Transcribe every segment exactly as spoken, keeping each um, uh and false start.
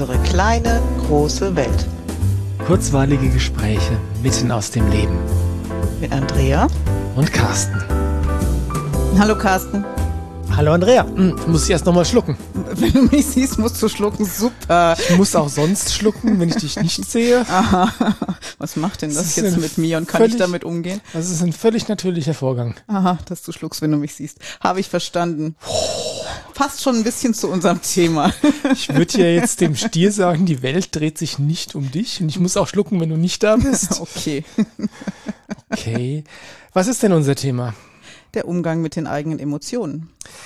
Unsere kleine, große Welt. Kurzweilige Gespräche mitten aus dem Leben. Mit Andrea und Carsten. Hallo Carsten. Hallo Andrea. Hm, muss ich erst nochmal schlucken. Wenn du mich siehst, musst du schlucken. Super. Ich muss auch sonst schlucken, wenn ich dich nicht sehe. Aha. Was macht denn das, das jetzt mit mir und kann völlig, ich damit umgehen? Das ist ein völlig natürlicher Vorgang. Aha, dass du schluckst, wenn du mich siehst. Habe ich verstanden. Passt schon ein bisschen zu unserem Thema. Ich würde ja jetzt dem Stier sagen, die Welt dreht sich nicht um dich und ich muss auch schlucken, wenn du nicht da bist. Okay. Okay. Was ist denn unser Thema? Der Umgang mit den eigenen Emotionen.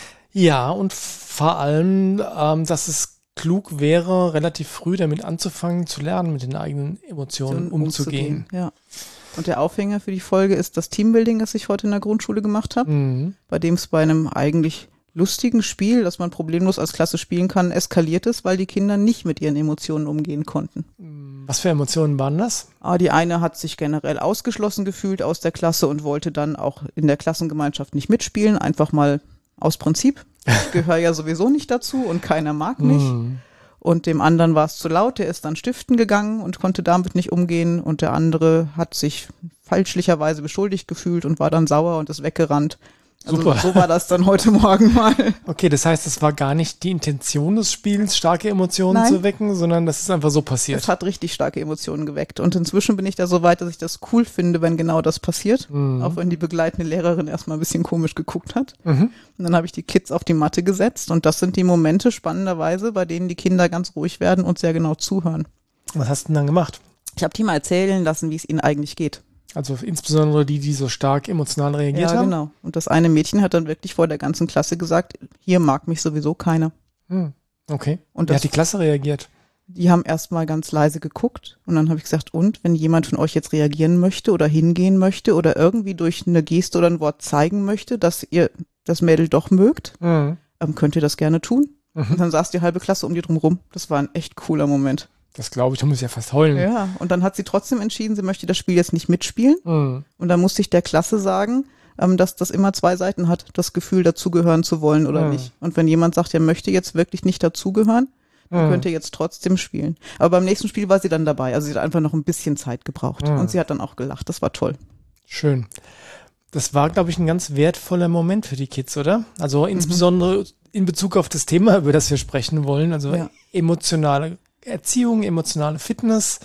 Ja, und vor allem, ähm, dass es klug wäre, relativ früh damit anzufangen, zu lernen, mit den eigenen Emotionen umzugehen. umzugehen. Ja. Und der Aufhänger für die Folge ist das Teambuilding, das ich heute in der Grundschule gemacht habe, mhm. bei dem es bei einem eigentlich lustigen Spiel, das man problemlos als Klasse spielen kann, eskaliert ist, weil die Kinder nicht mit ihren Emotionen umgehen konnten. Was für Emotionen waren das? Ah, die eine hat sich generell ausgeschlossen gefühlt aus der Klasse und wollte dann auch in der Klassengemeinschaft nicht mitspielen, einfach mal aus Prinzip. Ich gehöre ja sowieso nicht dazu und keiner mag mich. Mm. Und dem anderen war es zu laut, der ist dann stiften gegangen und konnte damit nicht umgehen. Und der andere hat sich fälschlicherweise beschuldigt gefühlt und war dann sauer und ist weggerannt. Also Super. So war das dann heute Morgen mal. Okay, das heißt, es war gar nicht die Intention des Spiels, starke Emotionen Nein. zu wecken, sondern das ist einfach so passiert. Es hat richtig starke Emotionen geweckt. Und inzwischen bin ich da so weit, dass ich das cool finde, wenn genau das passiert. Mhm. Auch wenn die begleitende Lehrerin erstmal ein bisschen komisch geguckt hat. Mhm. Und dann habe ich die Kids auf die Matte gesetzt. Und das sind die Momente, spannenderweise, bei denen die Kinder ganz ruhig werden und sehr genau zuhören. Was hast du denn dann gemacht? Ich habe die mal erzählen lassen, wie es ihnen eigentlich geht. Also insbesondere die, die so stark emotional reagiert ja, haben? Ja, genau. Und das eine Mädchen hat dann wirklich vor der ganzen Klasse gesagt, hier mag mich sowieso keiner. Hm. Okay. Und wie hat die Klasse reagiert? Die haben erstmal ganz leise geguckt und dann habe ich gesagt, und wenn jemand von euch jetzt reagieren möchte oder hingehen möchte oder irgendwie durch eine Geste oder ein Wort zeigen möchte, dass ihr das Mädel doch mögt, mhm. ähm, könnt ihr das gerne tun. Mhm. Und dann saß die halbe Klasse um die drum rum. Das war ein echt cooler Moment. Das glaube ich, da muss ich ja fast heulen. Ja, und dann hat sie trotzdem entschieden, sie möchte das Spiel jetzt nicht mitspielen. Mhm. Und dann musste ich der Klasse sagen, ähm, dass das immer zwei Seiten hat, das Gefühl, dazugehören zu wollen oder mhm. nicht. Und wenn jemand sagt, er möchte jetzt wirklich nicht dazugehören, dann mhm. könnt ihr jetzt trotzdem spielen. Aber beim nächsten Spiel war sie dann dabei. Also sie hat einfach noch ein bisschen Zeit gebraucht. Mhm. Und sie hat dann auch gelacht. Das war toll. Schön. Das war, glaube ich, ein ganz wertvoller Moment für die Kids, oder? Also mhm. insbesondere in Bezug auf das Thema, über das wir sprechen wollen. Also ja. emotionale Erziehung, emotionale Fitness.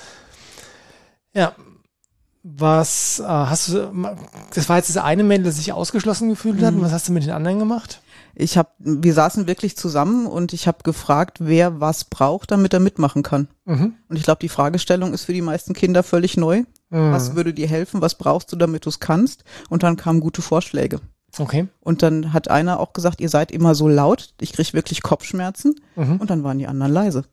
Ja, was äh, hast du, das war jetzt das eine Mädel, das sich ausgeschlossen gefühlt hat. Mhm. Was hast du mit den anderen gemacht? Ich habe, wir saßen wirklich zusammen und ich habe gefragt, wer was braucht, damit er mitmachen kann. Mhm. Und ich glaube, die Fragestellung ist für die meisten Kinder völlig neu. Mhm. Was würde dir helfen? Was brauchst du, damit du es kannst? Und dann kamen gute Vorschläge. Okay. Und dann hat einer auch gesagt, ihr seid immer so laut, ich kriege wirklich Kopfschmerzen. Mhm. Und dann waren die anderen leise.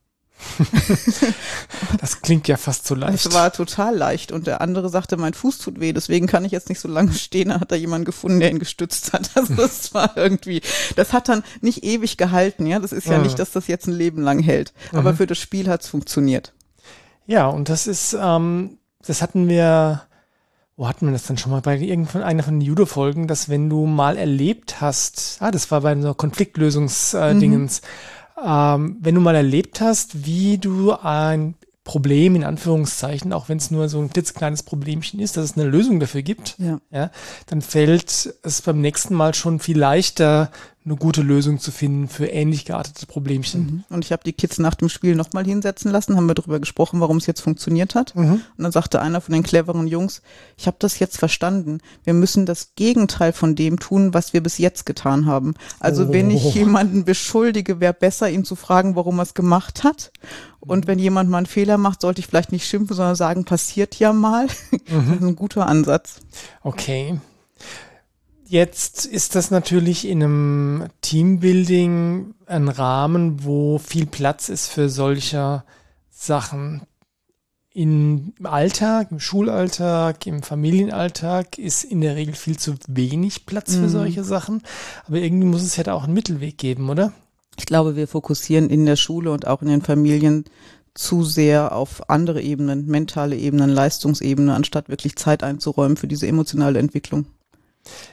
Das klingt ja fast so leicht. Es war total leicht und der andere sagte, mein Fuß tut weh, deswegen kann ich jetzt nicht so lange stehen. Da hat da jemand gefunden, der ihn gestützt hat. Also das war irgendwie, das hat dann nicht ewig gehalten, ja. Das ist ja mhm. nicht, dass das jetzt ein Leben lang hält. Aber mhm. für das Spiel hat es funktioniert. Ja, und das ist, ähm, das hatten wir, wo hatten wir das dann schon mal? Bei irgendeiner von den Judo-Folgen, dass wenn du mal erlebt hast, ah, das war bei so Konfliktlösungsdingens, mhm. Ähm, wenn du mal erlebt hast, wie du ein Problem, in Anführungszeichen, auch wenn es nur so ein klitzekleines Problemchen ist, dass es eine Lösung dafür gibt, ja. Ja, dann fällt es beim nächsten Mal schon viel leichter, eine gute Lösung zu finden für ähnlich geartete Problemchen. Mhm. Und ich habe die Kids nach dem Spiel nochmal hinsetzen lassen, haben wir darüber gesprochen, warum es jetzt funktioniert hat. Mhm. Und dann sagte einer von den cleveren Jungs, ich habe das jetzt verstanden. Wir müssen das Gegenteil von dem tun, was wir bis jetzt getan haben. Also oh. wenn ich jemanden beschuldige, wäre besser, ihn zu fragen, warum er es gemacht hat. Und wenn jemand mal einen Fehler macht, sollte ich vielleicht nicht schimpfen, sondern sagen, passiert ja mal. Mhm. Das ist ein guter Ansatz. Okay. Jetzt ist das natürlich in einem Teambuilding ein Rahmen, wo viel Platz ist für solche Sachen. Im Alltag, im Schulalltag, im Familienalltag ist in der Regel viel zu wenig Platz für mhm. solche Sachen. Aber irgendwie muss es ja da auch einen Mittelweg geben, oder? Ich glaube, wir fokussieren in der Schule und auch in den Familien zu sehr auf andere Ebenen, mentale Ebenen, Leistungsebene, anstatt wirklich Zeit einzuräumen für diese emotionale Entwicklung.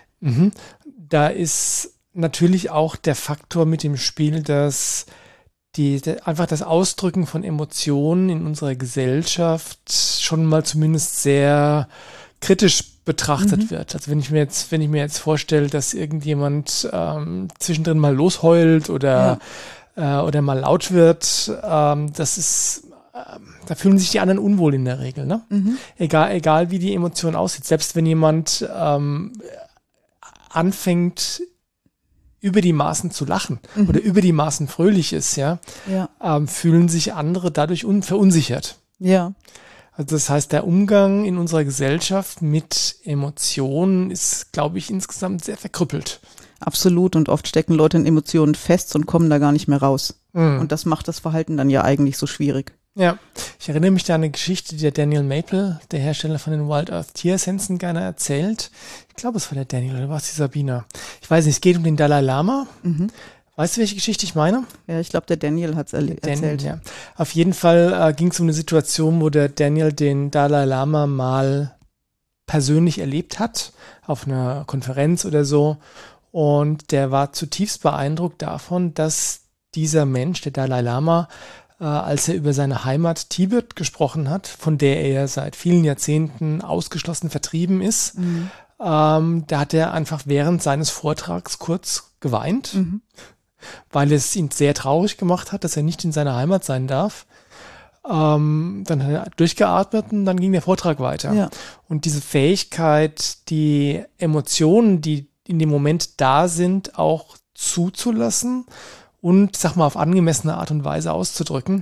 Mhm. Da ist natürlich auch der Faktor mit dem Spiel, dass die, der, einfach das Ausdrücken von Emotionen in unserer Gesellschaft schon mal zumindest sehr kritisch betrachtet mhm. wird. Also wenn ich mir jetzt, wenn ich mir jetzt vorstelle, dass irgendjemand ähm, zwischendrin mal losheult oder, ja. äh, oder mal laut wird, ähm, das ist, äh, da fühlen sich die anderen unwohl in der Regel, ne? Mhm. Egal, egal wie die Emotion aussieht. Selbst wenn jemand ähm, anfängt, über die Maßen zu lachen mhm. oder über die Maßen fröhlich ist, ja, ja. Ähm, fühlen sich andere dadurch un- verunsichert. Ja. Also das heißt, der Umgang in unserer Gesellschaft mit Emotionen ist, glaube ich, insgesamt sehr verkrüppelt. Absolut. Und oft stecken Leute in Emotionen fest und kommen da gar nicht mehr raus. Mhm. Und das macht das Verhalten dann ja eigentlich so schwierig. Ja, ich erinnere mich da an eine Geschichte, die der Daniel Maple, der Hersteller von den Wild Earth Tieressenzen, gerne erzählt. Ich glaube, es war der Daniel oder war es die Sabina? Ich weiß nicht, es geht um den Dalai Lama. Mhm. Weißt du, welche Geschichte ich meine? Ja, ich glaube, der Daniel hat es erle- erzählt. Ja. Auf jeden Fall äh, ging es um eine Situation, wo der Daniel den Dalai Lama mal persönlich erlebt hat, auf einer Konferenz oder so. Und der war zutiefst beeindruckt davon, dass dieser Mensch, der Dalai Lama, äh, als er über seine Heimat Tibet gesprochen hat, von der er seit vielen Jahrzehnten ausgeschlossen vertrieben ist, mhm. ähm, da hat er einfach während seines Vortrags kurz geweint. Mhm. weil es ihn sehr traurig gemacht hat, dass er nicht in seiner Heimat sein darf. Ähm, dann hat er durchgeatmet und dann ging der Vortrag weiter. Ja. Und diese Fähigkeit, die Emotionen, die in dem Moment da sind, auch zuzulassen und, sag mal, auf angemessene Art und Weise auszudrücken,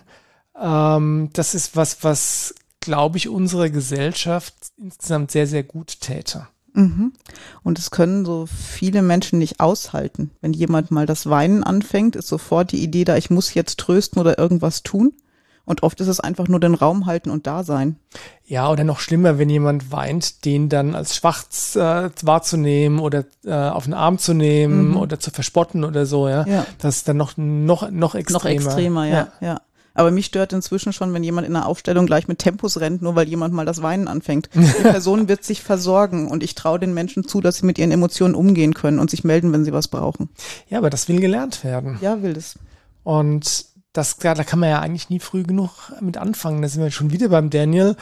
ähm, das ist was, was, glaube ich, unsere Gesellschaft insgesamt sehr, sehr gut täte. Mhm. Und es können so viele Menschen nicht aushalten. Wenn jemand mal das Weinen anfängt, ist sofort die Idee da, ich muss jetzt trösten oder irgendwas tun. Und oft ist es einfach nur den Raum halten und da sein. Ja, oder noch schlimmer, wenn jemand weint, den dann als schwach äh, wahrzunehmen oder äh, auf den Arm zu nehmen mhm. oder zu verspotten oder so. Ja, ja. Das ist dann noch, noch, noch extremer. Noch extremer, ja, ja. ja. Aber mich stört inzwischen schon, wenn jemand in einer Aufstellung gleich mit Tempos rennt, nur weil jemand mal das Weinen anfängt. Die Person wird sich versorgen und ich traue den Menschen zu, dass sie mit ihren Emotionen umgehen können und sich melden, wenn sie was brauchen. Ja, aber das will gelernt werden. Ja, will das. Und das, da kann man ja eigentlich nie früh genug mit anfangen. Da sind wir schon wieder beim Daniel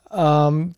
ähm,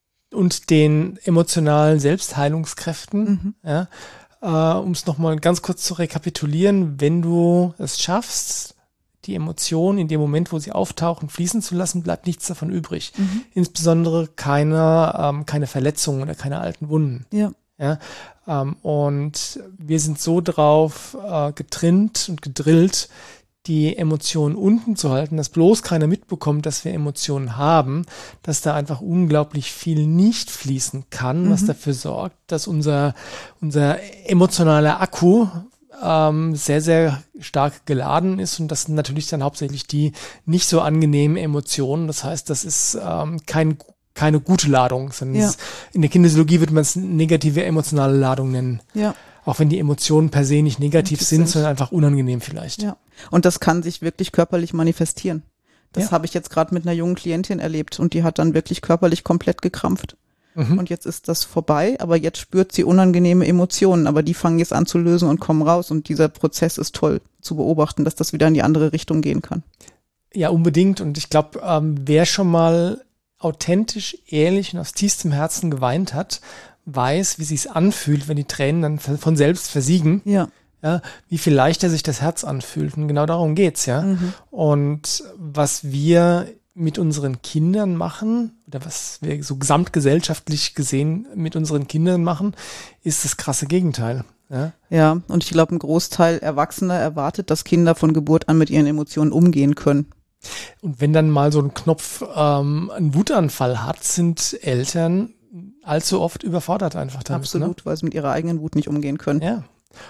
und den emotionalen Selbstheilungskräften. Mhm. Ja, äh, um es nochmal ganz kurz zu rekapitulieren, wenn du es schaffst, die Emotionen in dem Moment, wo sie auftauchen, fließen zu lassen, bleibt nichts davon übrig. Mhm. Insbesondere keine, ähm, keine Verletzungen oder keine alten Wunden. Ja. Ja, ähm, und wir sind so drauf äh, getrimmt und gedrillt, die Emotionen unten zu halten, dass bloß keiner mitbekommt, dass wir Emotionen haben, dass da einfach unglaublich viel nicht fließen kann, mhm. was dafür sorgt, dass unser, unser emotionaler Akku ähm, sehr, sehr stark geladen ist und das sind natürlich dann hauptsächlich die nicht so angenehmen Emotionen. Das heißt, das ist ähm, kein, keine gute Ladung, sondern ja. es, in der Kinesiologie würde man es negative emotionale Ladung nennen. Ja. Auch wenn die Emotionen per se nicht negativ sind, sind, sondern einfach unangenehm vielleicht. Ja. Und das kann sich wirklich körperlich manifestieren. Das ja. habe ich jetzt gerade mit einer jungen Klientin erlebt und die hat dann wirklich körperlich komplett gekrampft. Mhm. Und jetzt ist das vorbei, aber jetzt spürt sie unangenehme Emotionen, aber die fangen jetzt an zu lösen und kommen raus und dieser Prozess ist toll zu beobachten, dass das wieder in die andere Richtung gehen kann. Ja, unbedingt und ich glaube, ähm, wer schon mal authentisch, ehrlich und aus tiefstem Herzen geweint hat, weiß, wie sich's anfühlt, wenn die Tränen dann von selbst versiegen. Ja. Ja, wie viel leichter sich das Herz anfühlt. Und genau darum geht's, ja. Mhm. Und was wir mit unseren Kindern machen, oder was wir so gesamtgesellschaftlich gesehen mit unseren Kindern machen, ist das krasse Gegenteil. Ja, ja, und ich glaube, ein Großteil Erwachsener erwartet, dass Kinder von Geburt an mit ihren Emotionen umgehen können. Und wenn dann mal so ein Knopf ähm, einen Wutanfall hat, sind Eltern allzu oft überfordert einfach damit. Absolut, ne? Weil sie mit ihrer eigenen Wut nicht umgehen können. Ja.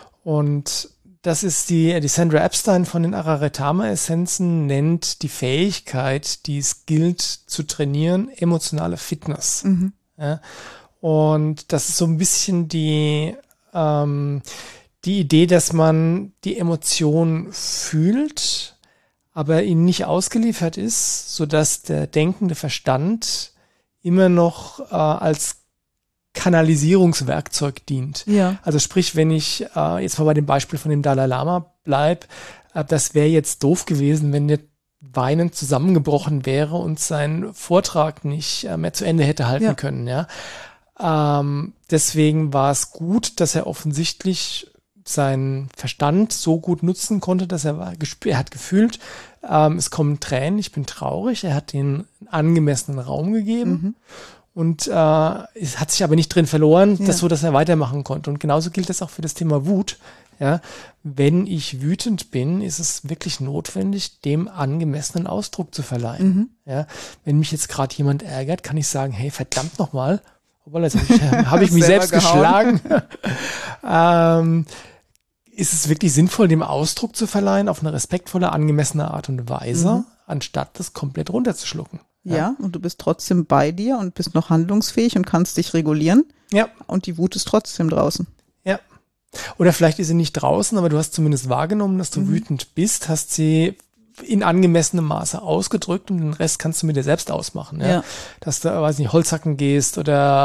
Und das ist die, die Sandra Epstein von den Araretama-Essenzen nennt die Fähigkeit, die es gilt zu trainieren, emotionale Fitness. Mhm. Ja. Und das ist so ein bisschen die, ähm, die Idee, dass man die Emotion fühlt, aber ihnen nicht ausgeliefert ist, sodass der denkende Verstand immer noch äh, als Kanalisierungswerkzeug dient. Ja. Also sprich, wenn ich äh, jetzt mal bei dem Beispiel von dem Dalai Lama bleib, äh, das wäre jetzt doof gewesen, wenn der weinend zusammengebrochen wäre und seinen Vortrag nicht äh, mehr zu Ende hätte halten ja. können. Ja, ähm, deswegen war es gut, dass er offensichtlich seinen Verstand so gut nutzen konnte, dass er war, er hat gefühlt, ähm, es kommen Tränen, ich bin traurig, er hat den angemessenen Raum gegeben mhm. und äh, es hat sich aber nicht drin verloren, ja. dass so, dass er weitermachen konnte. Und genauso gilt das auch für das Thema Wut. Ja, wenn ich wütend bin, ist es wirklich notwendig, dem angemessenen Ausdruck zu verleihen. Mhm. Ja, wenn mich jetzt gerade jemand ärgert, kann ich sagen, hey, verdammt nochmal, obwohl jetzt habe ich, hab ich mich selbst geschlagen. ähm, ist es wirklich sinnvoll, dem Ausdruck zu verleihen auf eine respektvolle, angemessene Art und Weise, mhm. anstatt das komplett runterzuschlucken. Ja. ja, und du bist trotzdem bei dir und bist noch handlungsfähig und kannst dich regulieren. Ja. Und die Wut ist trotzdem draußen. Ja. Oder vielleicht ist sie nicht draußen, aber du hast zumindest wahrgenommen, dass du mhm. wütend bist, hast sie in angemessenem Maße ausgedrückt und den Rest kannst du mit dir selbst ausmachen. Ja? Ja. Dass du, weiß nicht, Holzhacken gehst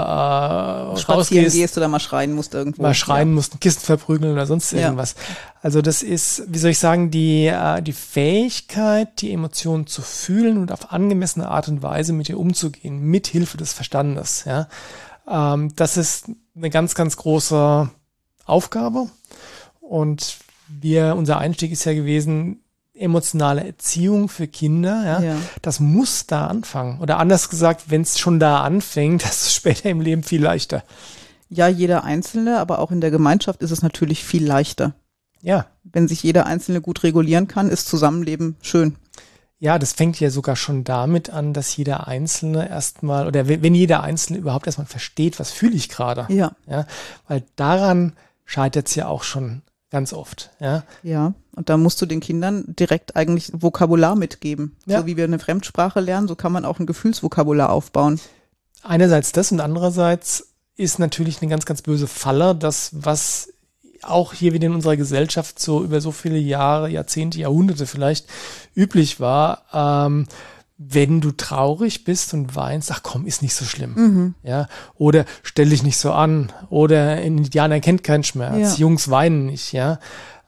oder äh, spazieren gehst oder mal schreien musst irgendwo. Mal schreien ja. musst, ein Kissen verprügeln oder sonst irgendwas. Ja. Also das ist, wie soll ich sagen, die, äh, die Fähigkeit, die Emotionen zu fühlen und auf angemessene Art und Weise mit ihr umzugehen, mit Hilfe des Verstandes. Ja? Ähm, das ist eine ganz, ganz große Aufgabe. Und wir, unser Einstieg ist ja gewesen, emotionale Erziehung für Kinder, ja, ja. das muss da anfangen. Oder anders gesagt, wenn es schon da anfängt, das ist später im Leben viel leichter. Ja, jeder Einzelne, aber auch in der Gemeinschaft ist es natürlich viel leichter. Ja. Wenn sich jeder Einzelne gut regulieren kann, ist Zusammenleben schön. Ja, das fängt ja sogar schon damit an, dass jeder Einzelne erstmal, oder wenn jeder Einzelne überhaupt erstmal versteht, was fühle ich gerade. Ja. Ja. Weil daran scheitert es ja auch schon ganz oft, ja. Ja, und da musst du den Kindern direkt eigentlich Vokabular mitgeben. Ja. So wie wir eine Fremdsprache lernen, so kann man auch ein Gefühlsvokabular aufbauen. Einerseits das und andererseits ist natürlich eine ganz, ganz böse Falle, das, was auch hier wieder in unserer Gesellschaft so über so viele Jahre, Jahrzehnte, Jahrhunderte vielleicht üblich war, ähm, wenn du traurig bist und weinst, ach komm, ist nicht so schlimm. Mhm. Ja, oder stell dich nicht so an. Oder ein Indianer kennt keinen Schmerz. Ja. Jungs weinen nicht, ja.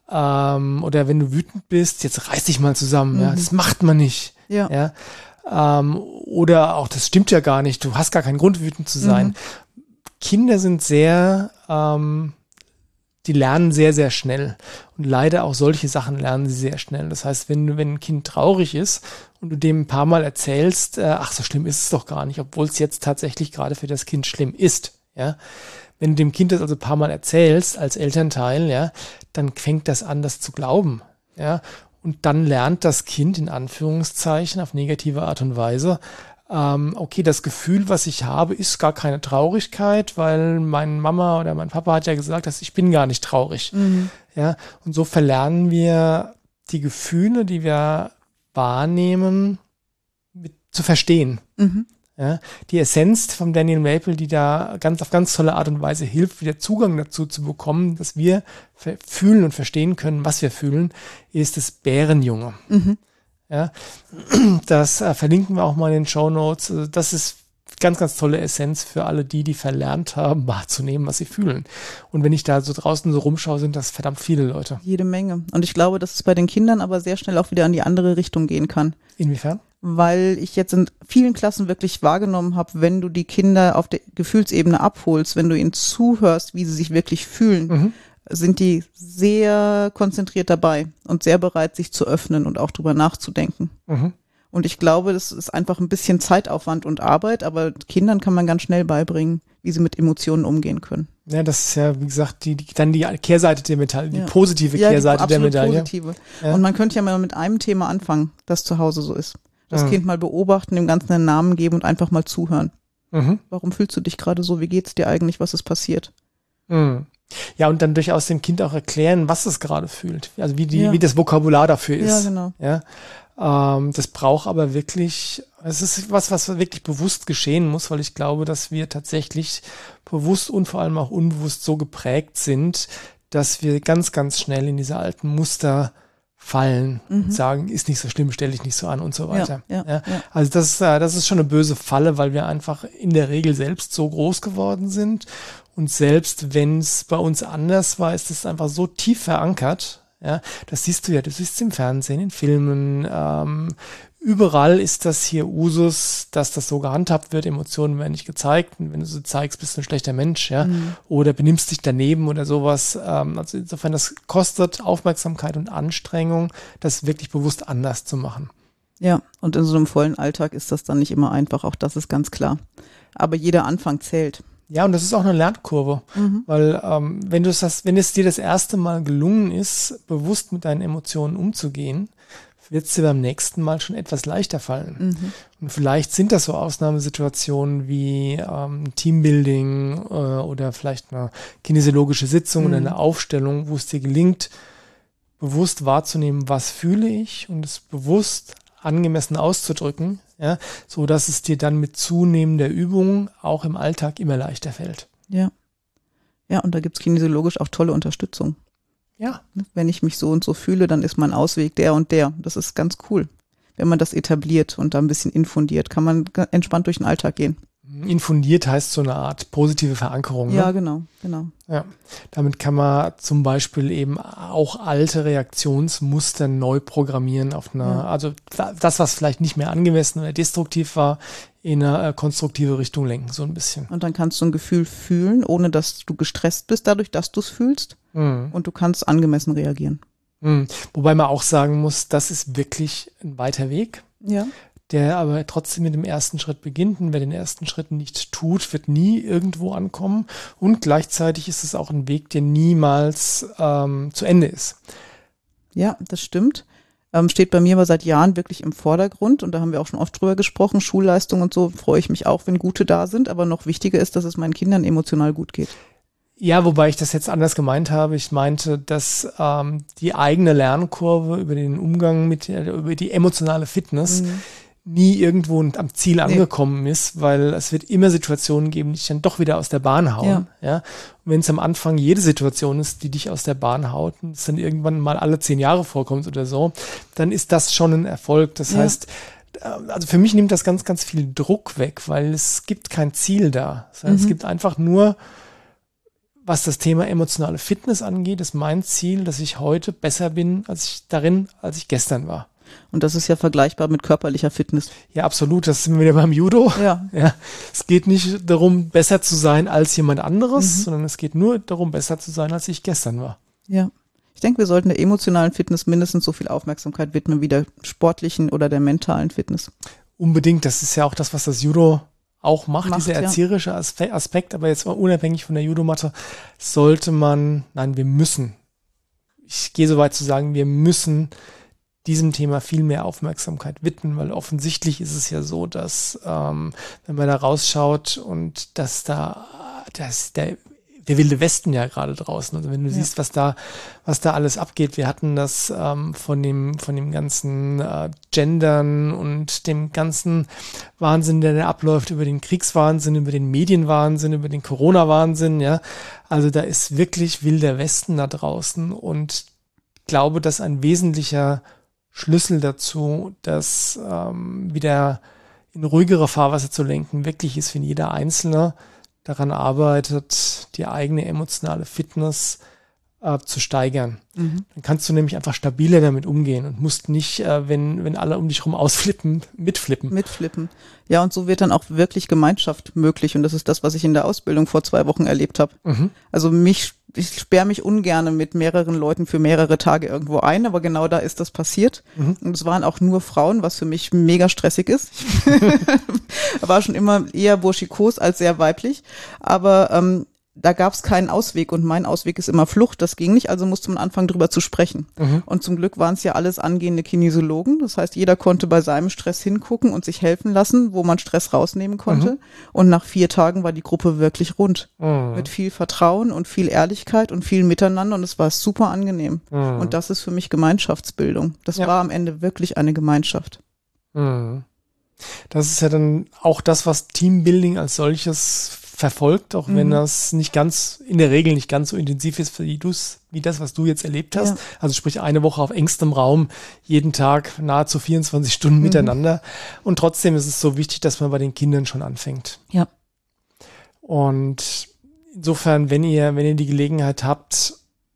Ähm, oder wenn du wütend bist, jetzt reiß dich mal zusammen, mhm. ja. Das macht man nicht. Ja. Ja. Ähm, oder auch, das stimmt ja gar nicht, du hast gar keinen Grund, wütend zu sein. Mhm. Kinder sind sehr, ähm, die lernen sehr, sehr schnell. Und leider auch solche Sachen lernen sie sehr schnell. Das heißt, wenn, wenn ein Kind traurig ist und du dem ein paar Mal erzählst, äh, ach, so schlimm ist es doch gar nicht, obwohl es jetzt tatsächlich gerade für das Kind schlimm ist, ja. Wenn du dem Kind das also ein paar Mal erzählst als Elternteil, ja, dann fängt das an, das zu glauben, ja. Und dann lernt das Kind in Anführungszeichen auf negative Art und Weise, ähm, okay, das Gefühl, was ich habe, ist gar keine Traurigkeit, weil meine Mama oder mein Papa hat ja gesagt, dass ich bin gar nicht traurig. Mhm. Ja, und so verlernen wir die Gefühle, die wir wahrnehmen, mit, zu verstehen. Mhm. Ja, die Essenz von Daniel Maple, die da ganz auf ganz tolle Art und Weise hilft, wieder Zugang dazu zu bekommen, dass wir fühlen und verstehen können, was wir fühlen, ist das Bärenjunge. Mhm. Ja, das äh, verlinken wir auch mal in den Shownotes. Also das ist ganz, ganz tolle Essenz für alle die, die verlernt haben, wahrzunehmen, was sie fühlen. Und wenn ich da so draußen so rumschaue, sind das verdammt viele Leute. Jede Menge. Und ich glaube, dass es bei den Kindern aber sehr schnell auch wieder in die andere Richtung gehen kann. Inwiefern? Weil ich jetzt in vielen Klassen wirklich wahrgenommen habe, wenn du die Kinder auf der Gefühlsebene abholst, wenn du ihnen zuhörst, wie sie sich wirklich fühlen, mhm. sind die sehr konzentriert dabei und sehr bereit, sich zu öffnen und auch drüber nachzudenken. Mhm. Und ich glaube, das ist einfach ein bisschen Zeitaufwand und Arbeit, aber Kindern kann man ganz schnell beibringen, wie sie mit Emotionen umgehen können. Ja, das ist ja, wie gesagt, die, die dann die Kehrseite der Medaille, die ja. positive ja, Kehrseite die der Medaille. Positive. Ja. Und man könnte ja mal mit einem Thema anfangen, das zu Hause so ist. Das mhm. Kind mal beobachten, dem Ganzen einen Namen geben und einfach mal zuhören. Mhm. Warum fühlst du dich gerade so? Wie geht's dir eigentlich? Was ist passiert? Mhm. Ja, und dann durchaus dem Kind auch erklären, was es gerade fühlt. Also wie die, ja. wie das Vokabular dafür ist. Ja, genau. Ja, ähm, das braucht aber wirklich, es ist was, was wirklich bewusst geschehen muss, weil ich glaube, dass wir tatsächlich bewusst und vor allem auch unbewusst so geprägt sind, dass wir ganz, ganz schnell in diese alten Muster fallen mhm. und sagen, ist nicht so schlimm, stell dich nicht so an und so weiter. Ja, ja, ja. Also das, das ist schon eine böse Falle, weil wir einfach in der Regel selbst so groß geworden sind und selbst wenn es bei uns anders war, ist es einfach so tief verankert, Ja, das siehst du ja, du siehst es im Fernsehen, in Filmen, ähm, überall ist das hier Usus, dass das so gehandhabt wird, Emotionen werden nicht gezeigt und wenn du sie zeigst, bist du ein schlechter Mensch, ja, mhm. oder benimmst dich daneben oder sowas. Ähm, also insofern, das kostet Aufmerksamkeit und Anstrengung, das wirklich bewusst anders zu machen. Ja, und in so einem vollen Alltag ist das dann nicht immer einfach, auch das ist ganz klar. Aber jeder Anfang zählt. Ja, und das ist auch eine Lernkurve, mhm. weil ähm, wenn du das, wenn es dir das erste Mal gelungen ist, bewusst mit deinen Emotionen umzugehen, wird es dir beim nächsten Mal schon etwas leichter fallen. Mhm. Und vielleicht sind das so Ausnahmesituationen wie ähm, Teambuilding äh, oder vielleicht eine kinesiologische Sitzung mhm. oder eine Aufstellung, wo es dir gelingt, bewusst wahrzunehmen, was fühle ich und es bewusst angemessen auszudrücken, ja, so dass es dir dann mit zunehmender Übung auch im Alltag immer leichter fällt. Ja. Ja, und da gibt's kinesiologisch auch tolle Unterstützung. Ja. Wenn ich mich so und so fühle, dann ist mein Ausweg der und der. Das ist ganz cool. Wenn man das etabliert und da ein bisschen infundiert, kann man entspannt durch den Alltag gehen. Infundiert heißt so eine Art positive Verankerung. Ja, ne? genau, genau. Ja, damit kann man zum Beispiel eben auch alte Reaktionsmuster neu programmieren auf eine, ja. also das, was vielleicht nicht mehr angemessen oder destruktiv war, in eine konstruktive Richtung lenken, so ein bisschen. Und dann kannst du ein Gefühl fühlen, ohne dass du gestresst bist, dadurch, dass du es fühlst. Mhm. Und du kannst angemessen reagieren. Mhm. Wobei man auch sagen muss, das ist wirklich ein weiter Weg. Ja. Der aber trotzdem mit dem ersten Schritt beginnt. Und wer den ersten Schritt nicht tut, wird nie irgendwo ankommen. Und gleichzeitig ist es auch ein Weg, der niemals ähm, zu Ende ist. Ja, das stimmt. Ähm, steht bei mir aber seit Jahren wirklich im Vordergrund. Und da haben wir auch schon oft drüber gesprochen. Schulleistung und so freue ich mich auch, wenn gute da sind. Aber noch wichtiger ist, dass es meinen Kindern emotional gut geht. Ja, wobei ich das jetzt anders gemeint habe. Ich meinte, dass ähm, die eigene Lernkurve über den Umgang mit, äh, über die emotionale Fitness mhm. nie irgendwo am Ziel angekommen nee. ist, weil es wird immer Situationen geben, die dich dann doch wieder aus der Bahn hauen. Ja. Ja? Und wenn es am Anfang jede Situation ist, die dich aus der Bahn haut und es dann irgendwann mal alle zehn Jahre vorkommt oder so, dann ist das schon ein Erfolg. Das ja. heißt, also für mich nimmt das ganz, ganz viel Druck weg, weil es gibt kein Ziel da. Das heißt, mhm. es gibt einfach nur, was das Thema emotionale Fitness angeht, ist mein Ziel, dass ich heute besser bin als ich darin, als ich gestern war. Und das ist ja vergleichbar mit körperlicher Fitness. Ja, absolut. Das sind wir wieder beim Judo. Ja. Ja. Es geht nicht darum, besser zu sein als jemand anderes, mhm. sondern es geht nur darum, besser zu sein, als ich gestern war. Ja. Ich denke, wir sollten der emotionalen Fitness mindestens so viel Aufmerksamkeit widmen wie der sportlichen oder der mentalen Fitness. Unbedingt. Das ist ja auch das, was das Judo auch macht, macht dieser ja. erzieherische Aspekt. Aber jetzt mal unabhängig von der Judomatte sollte man, nein, wir müssen, ich gehe so weit zu sagen, wir müssen diesem Thema viel mehr Aufmerksamkeit widmen, weil offensichtlich ist es ja so, dass ähm, wenn man da rausschaut und dass da dass der der wilde Westen ja gerade draußen, also wenn du ja. siehst, was da was da alles abgeht, wir hatten das ähm, von dem von dem ganzen äh, Gendern und dem ganzen Wahnsinn, der da abläuft, über den Kriegswahnsinn, über den Medienwahnsinn, über den Corona-Wahnsinn, ja, also da ist wirklich wilder Westen da draußen und ich glaube, dass ein wesentlicher Schlüssel dazu, das ähm, wieder in ruhigere Fahrwasser zu lenken, wirklich ist, wenn jeder Einzelne daran arbeitet, die eigene emotionale Fitness äh, zu steigern. Mhm. Dann kannst du nämlich einfach stabiler damit umgehen und musst nicht, äh, wenn, wenn alle um dich rum ausflippen, mitflippen. Mitflippen. Ja, und so wird dann auch wirklich Gemeinschaft möglich. Und das ist das, was ich in der Ausbildung vor zwei Wochen erlebt habe. Mhm. Also mich, ich sperre mich ungerne mit mehreren Leuten für mehrere Tage irgendwo ein, aber genau da ist das passiert. Mhm. Und es waren auch nur Frauen, was für mich mega stressig ist. War schon immer eher burschikos als sehr weiblich. Aber ähm, da gab es keinen Ausweg und mein Ausweg ist immer Flucht. Das ging nicht, also musste man anfangen, drüber zu sprechen. Mhm. Und zum Glück waren es ja alles angehende Kinesiologen. Das heißt, jeder konnte bei seinem Stress hingucken und sich helfen lassen, wo man Stress rausnehmen konnte. Mhm. Und nach vier Tagen war die Gruppe wirklich rund. Mhm. Mit viel Vertrauen und viel Ehrlichkeit und viel Miteinander und es war super angenehm. Mhm. Und das ist für mich Gemeinschaftsbildung. Das ja. war am Ende wirklich eine Gemeinschaft. Mhm. Das ist ja dann auch das, was Teambuilding als solches verfolgt, auch mhm. wenn das nicht ganz, in der Regel nicht ganz so intensiv ist, wie du's, wie das, was du jetzt erlebt hast. Ja. Also sprich eine Woche auf engstem Raum, jeden Tag nahezu vierundzwanzig Stunden mhm. miteinander. Und trotzdem ist es so wichtig, dass man bei den Kindern schon anfängt. Ja. Und insofern, wenn ihr, wenn ihr die Gelegenheit habt,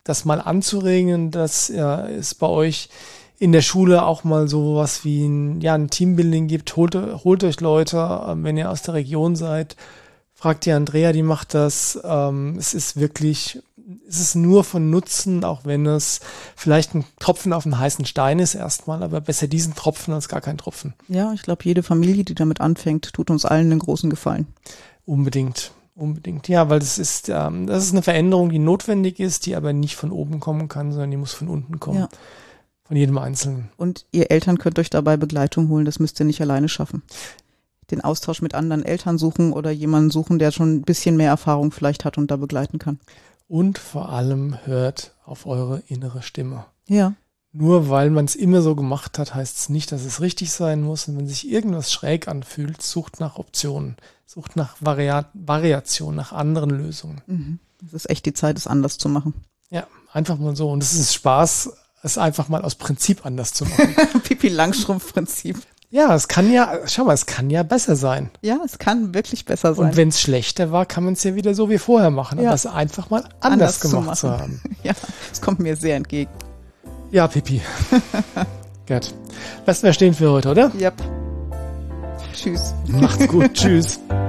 das mal anzuregen, dass ja, es bei euch in der Schule auch mal so was wie ein, ja, ein Teambuilding gibt. Holt, holt euch Leute, wenn ihr aus der Region seid. Fragt ihr Andrea, die macht das. Ähm, es ist wirklich, es ist nur von Nutzen, auch wenn es vielleicht ein Tropfen auf den heißen Stein ist erstmal, aber besser diesen Tropfen als gar kein Tropfen. Ja, ich glaube, jede Familie, die damit anfängt, tut uns allen einen großen Gefallen. Unbedingt, unbedingt. Ja, weil das ist, ähm, das ist eine Veränderung, die notwendig ist, die aber nicht von oben kommen kann, sondern die muss von unten kommen. Ja. Von jedem Einzelnen. Und ihr Eltern könnt euch dabei Begleitung holen, das müsst ihr nicht alleine schaffen. Den Austausch mit anderen Eltern suchen oder jemanden suchen, der schon ein bisschen mehr Erfahrung vielleicht hat und da begleiten kann. Und vor allem hört auf eure innere Stimme. Ja. Nur weil man es immer so gemacht hat, heißt es nicht, dass es richtig sein muss. Und wenn sich irgendwas schräg anfühlt, sucht nach Optionen, sucht nach Varia- Variation, nach anderen Lösungen. Mhm. Es ist echt die Zeit, es anders zu machen. Ja, einfach mal so. Und es ist Spaß, es einfach mal aus Prinzip anders zu machen. Pipi Langstrumpf-Prinzip. Ja, es kann ja, schau mal, es kann ja besser sein. Ja, es kann wirklich besser sein. Und wenn es schlechter war, kann man es ja wieder so wie vorher machen. Ja. Aber es einfach mal anders, anders gemacht zu, zu haben. Ja, es kommt mir sehr entgegen. Ja, Pipi. Gut. Lassen wir stehen für heute, oder? Yep. Tschüss. Macht's gut. Tschüss.